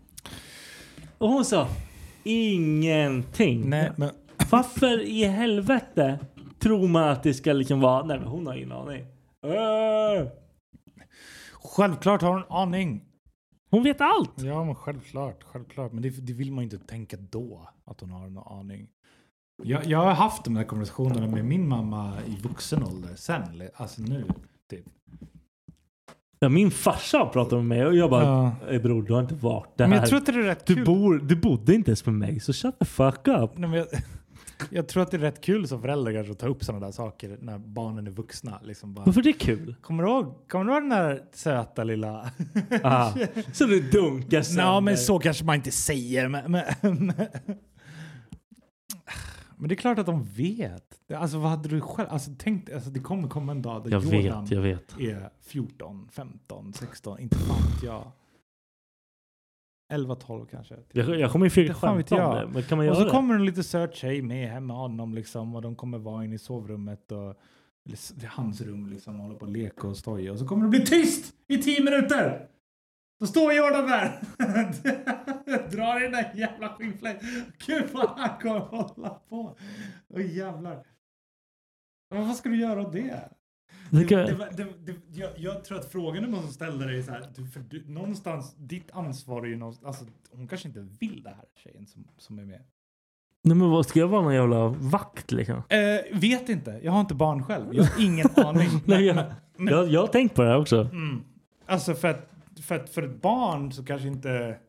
Och hon sa ingenting. Nej, men... Varför i helvete tror man att det ska liksom vara... Nej, men hon har ingen aning. Uh. Självklart har hon en aning. Hon vet allt. Ja, men självklart. självklart. Men det, det vill man ju inte tänka då, att hon har en aning. Jag, jag har haft de här konversationerna med min mamma i vuxen ålder sen. Alltså nu, typ. Ja, min farsa pratade med mig och jag bara, ja. Ey bror, du har inte varit där. Men jag tror att det är rätt du kul. Bor, du bodde inte ens med mig, så shut the fuck up. Nej, men jag, jag tror att det är rätt kul som förälder kanske att ta upp sådana där saker när barnen är vuxna. Liksom bara, varför det är kul? Kommer du ihåg, kommer du ihåg den där söta lilla... Ah, så du dunkar sönder. Nej, men så kanske man inte säger. Men, men, men det är klart att de vet. Alltså vad hade du själv... Alltså tänk, alltså, det kommer komma en dag där jag Jordan vet, jag vet. är fjorton, femton, sexton, inte fan vet jag. elva, tolv kanske. Jag, jag kommer ju fyra skämt om det. Men kan man göra och så det? kommer en liten söt tjej med hem med honom liksom, och de kommer vara inne i sovrummet och eller, hans rum liksom, och hålla på och leka och stoja. Och så kommer det bli tyst i tio minuter! Då står Jordan där. Drar i den där jävla skinnfläck. Gud vad han kommer hålla på. Åh jävlar. Men vad ska du göra av det? Det, det, det, det, jag, jag tror att frågan du måste ställa dig är så här. Du, för du, någonstans, ditt ansvar är ju någonstans, alltså hon kanske inte vill det här tjejen som, som är med. Nej, men vad ska jag vara någon jävla vakt liksom? Eh, vet inte. Jag har inte barn själv. Jag har ingen aning. Nej, jag, men, jag, jag har tänkt på det här också. Mm. Alltså för att, för att för ett barn så kanske inte...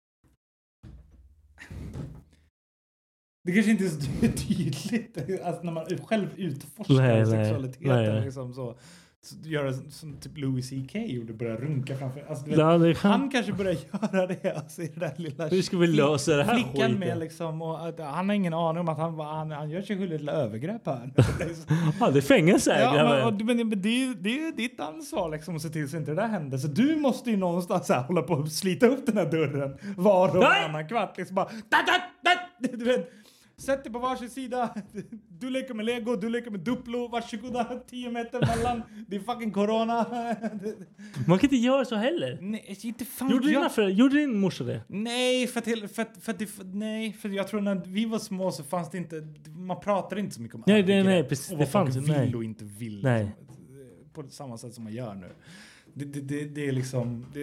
Det kanske inte är så tydligt. Alltså när man själv utforskar nej, sexualiteten. Nej, nej. Liksom så. Göra som typ Louis C K gjorde, börja runka framför. Alltså, vet, ja, kan... Han kanske börjar göra det. Alltså, i det där lilla hur ska vi lösa det här flickan skiten? Med liksom, och att, han har ingen aning om att han, han, han gör sig skyldig till övergrepp här. Ja, det är fängelse. Ja, men, och, men, men det, är, det är ditt ansvar liksom, att se till så inte det där händer. Så du måste ju någonstans här, hålla på och slita upp den här dörren var och varannan kvart. Liksom bara, da, da, da, du vet. Sätt dig på varsin sida. Du leker med Lego, du leker med Duplo. Varsågoda, tio meter mellan. Det är fucking corona. Man kan inte göra så heller. Nej, inte fan. Gjorde, jag... dina föräldrar, gjorde din morsa det? Nej, för att, för, att, för, att det, för, nej, för jag tror när vi var små så fanns det inte... Man pratade inte så mycket om nej, det, nej, precis. Och det vad fanns, folk vill nej. och inte vill. Nej. Liksom, på samma sätt som man gör nu. Det, det, det, det är liksom... Det,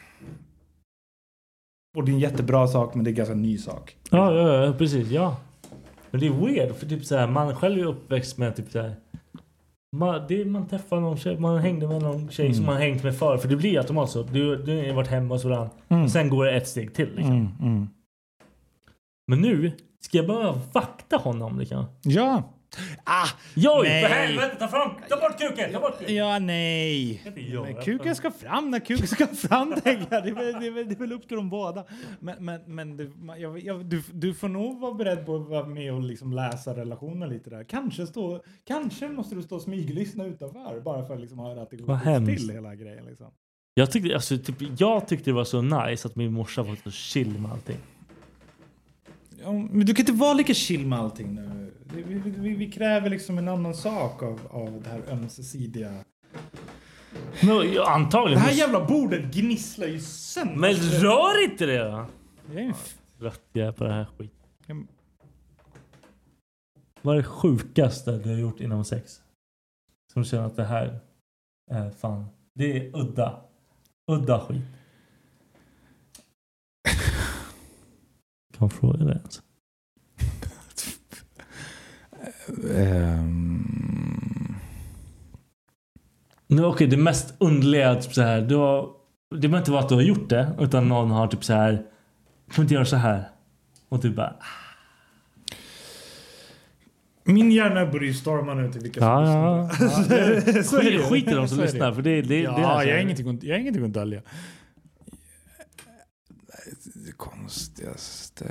och det är en jättebra sak, men det är en ganska ny sak. Ja, ja, ja precis. Ja. Men det är weird, för typ så här, man själv är uppväxt med typ så här, man, det, man träffar någon tjej, man hängde med någon tjej mm. som man hängt med för, för det blir automatiskt så. Du, du har varit hemma och sådär. Mm. Sen går det ett steg till liksom. Mm, mm. Men nu ska jag bara vakta honom liksom. Ja. Ah, Joj, nej. För helvete, ta fram, ta bort kuken, ta bort kuken. Ja, nej. Men kuken ska fram när kuken ska fram, tänker jag. Det är väl, det är väl, det är väl upp till dem båda. Men, men, men du, jag, jag, du, du får nog vara beredd på att vara med och liksom läsa relationer lite där. Kanske, stå, kanske måste du stå och smyglyssna utanför, bara för att liksom höra att det går till hela grejen. Liksom. Jag tyckte, alltså, typ, jag tyckte det var så nice att min morsa var så chill med allting. Ja, men du kan inte vara lika chill med allting nu. Vi, vi, vi kräver liksom en annan sak av, av det här ömsesidiga. No, ja, antagligen. Det här jävla bordet gnisslar ju sönder. Men rör inte det då. Jag är f- Rött jag på det här skit. Jag... Vad är det sjukaste du har gjort inom sex? Som känner att det här är fan. Det är udda. Udda skit. Kan fråga det ens? um... Nu okej, okay, det mest underliga typ så här, du har, det behöver inte vara att du har gjort det, utan någon har typ så här, kan inte göra så här, och du bara min hjärna börjar ju storma nu till vilka som ja, lyssnar. Ja. Så är det. Skit i dem som lyssnar, för det, det, ja, det är jag har ingenting, jag har ingenting att dölja. Det konstigaste...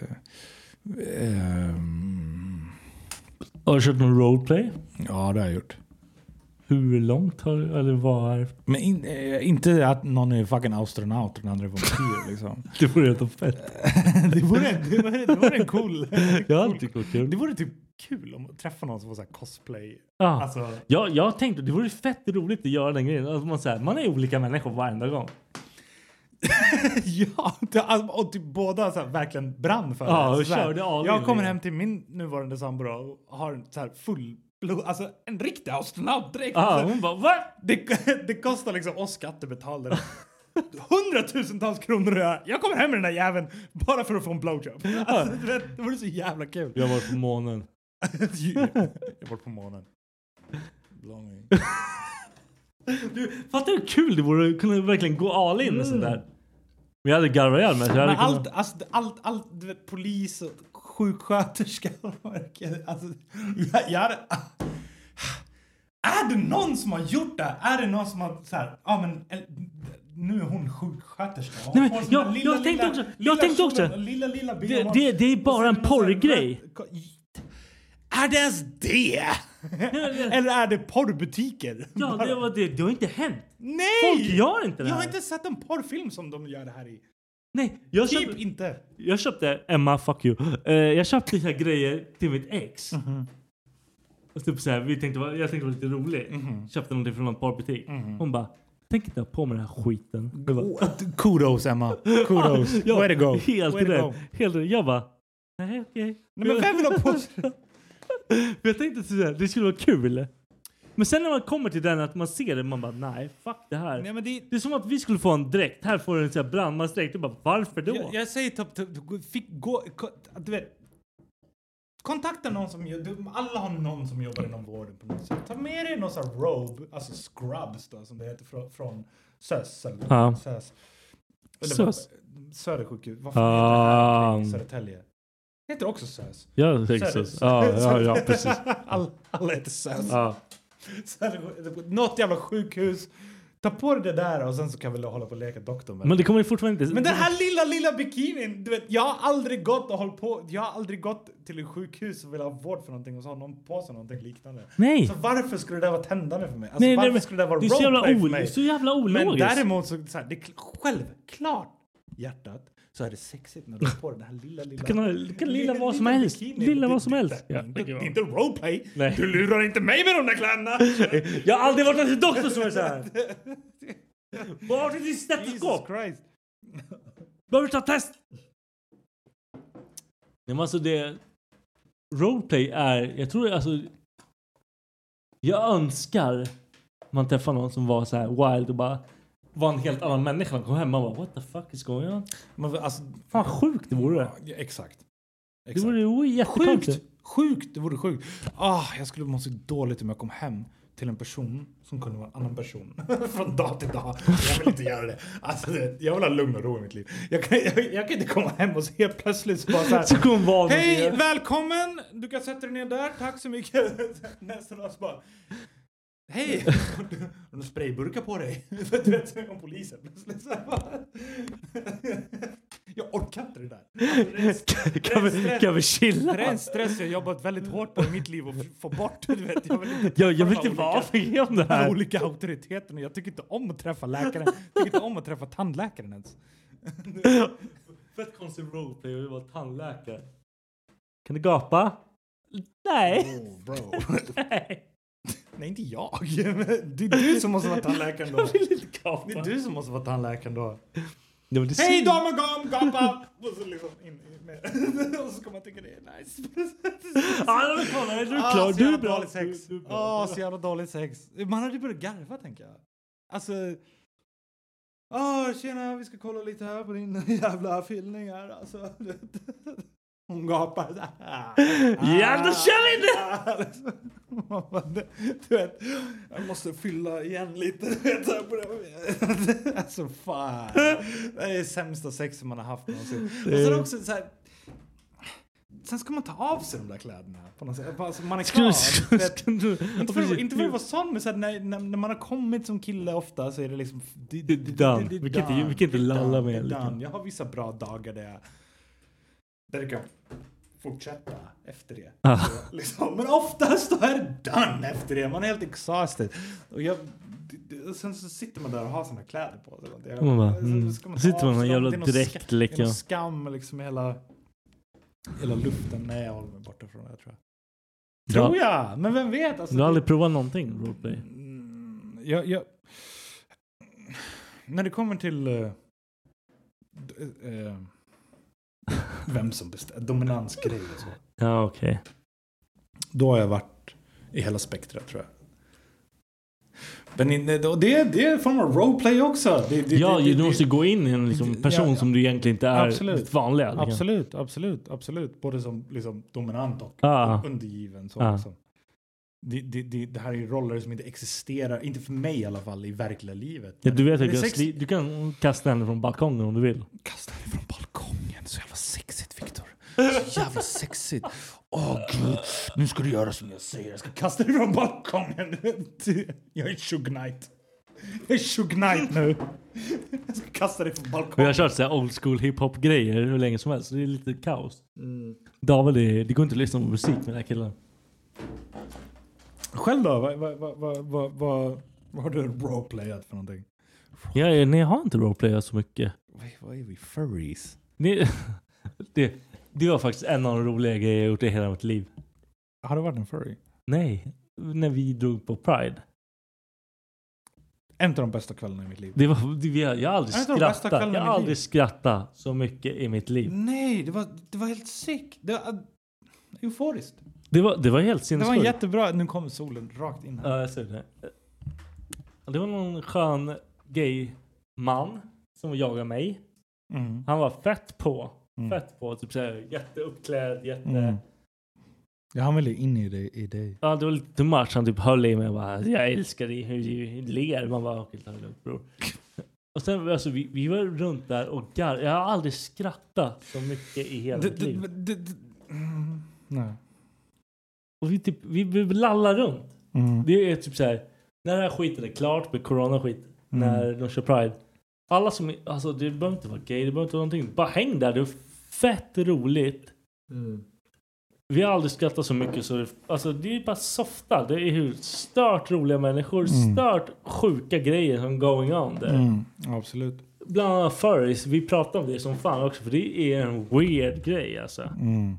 Um... Har du kört någon roleplay? Ja, det har jag gjort. Hur långt har du, eller vad är... Men in, äh, inte att någon är fucking astronaut och den andra är vampyr liksom. Det vore helt fett. det, vore, det, vore, det vore en cool... Jag har alltid gått kul. Det vore typ kul om att träffa någon som var så här cosplay. Ja. Alltså... Jag, jag tänkte det vore fett roligt att göra den grejen. Alltså man, så här, man är olika människor varenda gång. Ja, och typ båda så här, verkligen brann för ja, det. Och körde all jag kommer hem till min nuvarande sambo och har så här full blod, alltså en riktig astronautdräkt. Ja, alltså, hon bara, va? Det, det kostar liksom oss skattebetalare hundratusentals kronor och jag, jag kommer hem med den där jäveln bara för att få en blowjob. Alltså, det, vet, det var så jävla kul. Jag var på månen. Jag var på månen. Du, fattar hur kul det vore att kunna verkligen gå all in med sånt där. Men jag hade garvat ihjäl mig. Men allt, kunnat... alltså, allt, allt, du vet, polis och sjuksköterska. Alltså, jag, jag hade, är det någon som har gjort det? Är det någon som har så här, ja men nu är hon sjuksköterska. Nej, men, jag, lilla, jag tänkte också, jag lilla tänkte också. Lilla, lilla det, det, det är bara en porrgrej. Är det ens det? Eller är det porrbutiker? Ja, det, var det, det har inte hänt. Nej! Folk gör inte det här. Jag har inte sett en porrfilm som de gör det här i. Nej, jag typ köpte, inte. Jag köpte, Emma, fuck you. Uh, jag köpte så här grejer till mitt ex. Mm-hmm. Och typ så här, vi tänkte, jag tänkte det var lite roligt. Mm-hmm. Köpte någonting från någon porrbutik. Mm-hmm. Hon bara, tänk inte på med den här skiten. Bara, kudos, Emma. Kudos. Ja, way to go. Helt way to rätt. go. Helt rätt. Jag bara, nej okej. Okay. Men vem vill ha på sig? Jag tänkte sådär, det skulle vara kul. Men sen när man kommer till den att man ser det, man bara, nej, fuck det här. Nej, men det... det är som att vi skulle få en dräkt. Här får du en sån här brandmansdräkt. Du bara, varför då? Jag, jag säger typ, typ fick gå, du vet, kontakta någon som, alla har någon som jobbar inom vården på något sätt. Ta med dig någon sån här robe, alltså scrubs då, som det heter, från, från S Ö S. Eller ja. S Ö S. S Ö S? Södersjukhus. Vad fan heter det här kring Södertälje? Det heter också S Ö S. Ja, det heter S Ö S. Ja, ja, ja, precis. All, alla heter S Ö S. Ja. Något jävla sjukhus. Ta på dig det där och sen så kan vi hålla på och leka doktor med. Men det kommer ju fortfarande inte... Men den här lilla, lilla bikinin, du vet, jag har aldrig gått och hållit på, jag har aldrig gått till ett sjukhus och vill ha vård för någonting och så har någon på sig någonting liknande. Nej. Så varför skulle det där vara tändande för mig? Alltså nej, varför nej, skulle det vara det är så jävla, roleplay för mig? så jävla ologiskt. Men däremot så, så här, det är självklart hjärtat så är det sexigt när du har på den här lilla, lilla... Du kan, ha, du kan lilla vad som helst. Lilla vad som helst. Det är inte roleplay. Nej. Du lurar inte mig med de där kläderna. Jag har aldrig varit en doktor som är så här. Vad har du till stetoskop? Jesus Christ. Behöver du ta test? Nej, men alltså det... Roleplay är... Jag tror alltså... Jag önskar man träffar någon som var så här wild och bara... var en helt annan människa. Man kom hem och bara, what the fuck is going on? Men alltså, fan sjukt det vore det. Ja, exakt. exakt. Det vore ju jättekonstigt. Sjukt, sjukt, det vore sjukt. Ah, jag skulle må så dåligt om jag kom hem till en person som kunde vara en annan person. Från dag till dag. Jag vill inte göra det. Alltså, jag vill ha lugn och ro i mitt liv. Jag kan, jag, jag kan inte komma hem och så helt plötsligt så bara så här. Så kom vara hej, välkommen! Du kan sätta dig ner där. Tack så mycket. Nästa dag så bara... Hej! Har du sprayburkar på dig? För du vet, om polisen plötsligt så här. Jag orkar inte det där. Alltså, kan, vi, kan vi chilla? Det är en stress jag har jobbat väldigt hårt på i mitt liv och få bort. Du vet, jag vill inte jag, jag vill inte vara med om det här. Olika auktoriteter. Jag tycker inte om att träffa läkaren. Jag tycker inte om att träffa tandläkaren ens. Fett konstig roleplay att vara tandläkare. Kan du gapa? Nej. Oh, bro. Nej. Nej, inte jag. Det är du som måste vara tandläkaren då. Det är du som måste vara tandläkaren då. Ja, hej damer, gam, gapa! Och så liksom in, in med. Och så ska man tycka det är nice. Ja, men kolla, är du ah, klar? Du är bra. Dåligt sex. Ja, så jävla dåligt sex. Man hade börjat garva, tänker jag. Alltså... Ja, oh, tjena, vi ska kolla lite här på din jävla fyllning här. Alltså, hon gapar så här. Ja, då kör vi det! Du vet, jag måste fylla igen lite. Du vet, så här på det. Alltså, fan. Det är sämsta sex som man har haft någonsin. Och sen också så här... Sen ska man ta av sig de där kläderna på något sätt. Alltså, man är klar. Inte för, inte för att vara sån, men så här, när, när, när man har kommit som kille ofta så är det liksom... Det, det, det, det, det, vi kan inte, vi kan inte lalla med det. Jag har vissa bra dagar där jag... Där det kan fortsätta efter det. Ah. Så, liksom. Men oftast då är det done efter det. Man är helt exhausted. Och jag... Och sen så sitter man där och har såna kläder på sig. Jag, mm. Mm. Så man sitter man med en jävla direkt liksom. Det är någon skam liksom hela... Hela luften. Nej, jag håller mig borta från det, tror jag. Tror jag! Men vem vet? Alltså, du har aldrig provat någonting, roleplay? Mm, jag, jag, när det kommer till uh, Uh, vem som bestämmer. Dominansgrej och så. Ja, okej. Okay. Då har jag varit i hela spektrat, tror jag. Men det, det, det är en form av roleplay också. Det, det, ja, det, du måste det, gå in i en liksom, person ja, som du egentligen inte är absolut, vanliga. Liksom. Absolut, absolut, absolut. Både som liksom, dominant och ah. undergiven. Så ah. liksom. det, det, det, det här är roller som inte existerar, inte för mig i alla fall, i verkliga livet. Ja, du vet att sex... du kan kasta henne från balkongen om du vill. Kasta henne från balkongen, så jävla sexigt, Viktor. Så jävla sexigt. Åh oh, gud, nu ska du göra som jag säger. Jag ska kasta dig från balkongen. Jag är Shug Knight. Jag är Shug Knight nu. Jag ska kasta dig från balkongen. Vi har kört så här old school hiphop-grejer hur länge som helst. Så det är lite kaos. Mm. David, det, det går inte att lyssna på musik med den här killen. Själv då? Vad, vad, vad, vad, vad, vad, vad har du roleplayat för någonting? Ja, nej, jag har inte roleplayat så mycket. Vad är vi? Furries? Nej, det... Det var faktiskt en av de roliga grejer jag gjort i hela mitt liv. Har du varit en furry? Nej, när vi drog på Pride. En av de bästa kvällarna i mitt liv. Det var, det, jag, jag har aldrig skrattat. Jag har aldrig skrattat så mycket i mitt liv. Nej, det var, det var helt sick. Det var uh, euforiskt. Det var, det var helt sinnessjukt. Det var jättebra. Nu kommer solen rakt in här. Ja, jag ser det. Det var någon skön gay man som jagade mig. Mm. Han var fett på. Mm. Fett på, typ såhär jätteuppklädd, jätte... Mm. Ja, han ville in i dig, i dig. Ja, det var lite match. Han typ höll i mig och bara, jag älskar dig, hur du ler. Man bara, okej, ta det lugnt, bror. Och sen, alltså, vi, vi var runt där och gar. Jag har aldrig skrattat så mycket i hela d- mitt d- liv. D- d- mm. Nej. Och vi typ, vi, vi lallar runt. Mm. Det är typ så här, när det här skiten är klart med corona-skit, mm. när de kör Pride. Alla som, alltså det behöver inte vara gay, det behöver inte vara någonting. Bara häng där, det är fett roligt. Mm. Vi har aldrig skrattat så mycket så det, alltså det är bara softa. Det är hur stört roliga människor, mm. stört sjuka grejer som going on där. Mm. Absolut. Bland annat furries, vi pratar om det som fan också, för det är en weird grej alltså. Mm.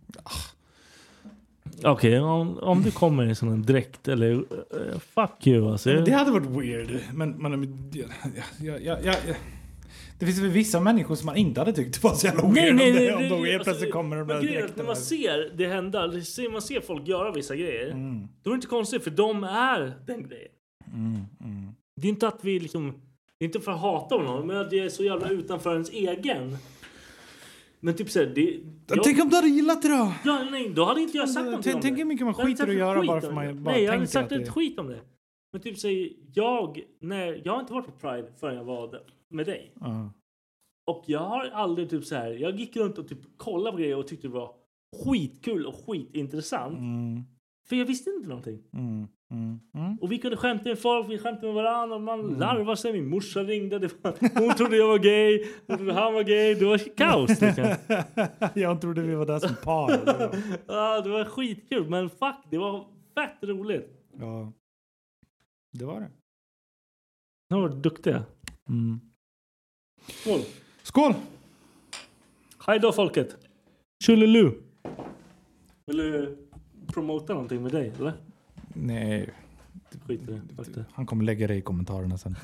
Okej, okay, om, om du kommer i sån en dräkt eller uh, fuck you alltså. Det hade varit weird, men, men ja, ja, ja, ja. Det finns väl vissa människor som man inte hade tyckt var så jävla weird. Nej, nej, nej, om, det, om de alltså, plötsligt kommer de där grejen, när man ser det hända, man ser folk göra vissa grejer, mm. då är det inte konstigt, för de är den grejen. Mm, mm. Det är inte att vi liksom, det är inte för att hata någon, men att det är så jävla utanför ens egen. Men typ såhär, det... Jag, tänk om du hade gillat det då! Ja, nej, då hade inte jag sagt någonting om det. Tänk hur mycket man skiter att göra bara för man bara nej, jag hade tänker sagt att ett skit om det. Men typ säger jag, nej, jag har inte varit på Pride förrän jag var där med dig. Uh. Och jag har aldrig typ så här, jag gick runt och typ kollade på grejer och tyckte det var skitkul och skitintressant. Mm. För jag visste inte någonting. Mm. Mm. Mm. Och vi kunde skämta med folk, vi skämtade med varandra och man mm. larvade sig. Min morsa ringde, det var, hon trodde jag var gay, hon trodde han var gay, det var kaos liksom. Jag trodde vi var där som par. Ja, det var skitkul, men fuck, det var fett roligt. Ja, det var det. De var duktiga. Mm. Skål. Skål! Hej då folket. Tjolilu. Vill du promota någonting med dig, eller? Nej. Skit i det. Han kommer lägga det i kommentarerna sen.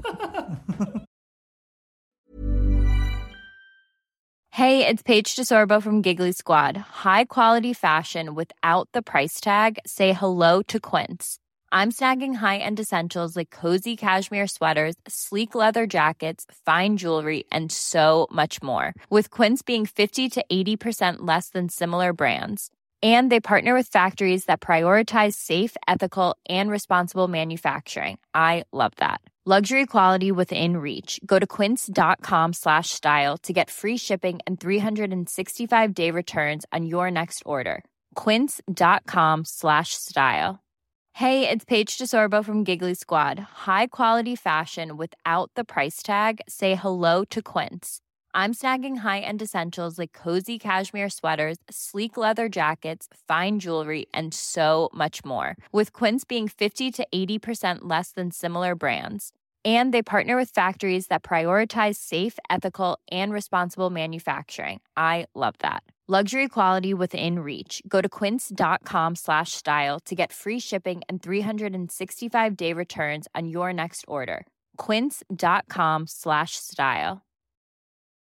Hey, it's Paige DeSorbo from Giggly Squad. High quality fashion without the price tag. Say hello to Quince. I'm snagging high-end essentials like cozy cashmere sweaters, sleek leather jackets, fine jewelry, and so much more. With Quince being fifty to eighty percent less than similar brands. And they partner with factories that prioritize safe, ethical, and responsible manufacturing. I love that. Luxury quality within reach. Go to quince.com slash style to get free shipping and three sixty-five day returns on your next order. Quince.com slash style. Hey, it's Paige DeSorbo from Giggly Squad. High quality fashion without the price tag. Say hello to Quince. I'm snagging high-end essentials like cozy cashmere sweaters, sleek leather jackets, fine jewelry, and so much more. With Quince being fifty to eighty percent less than similar brands. And they partner with factories that prioritize safe, ethical, and responsible manufacturing. I love that. Luxury quality within reach. Go to quince.com slash style to get free shipping and three sixty-five day returns on your next order. Quince.com slash style.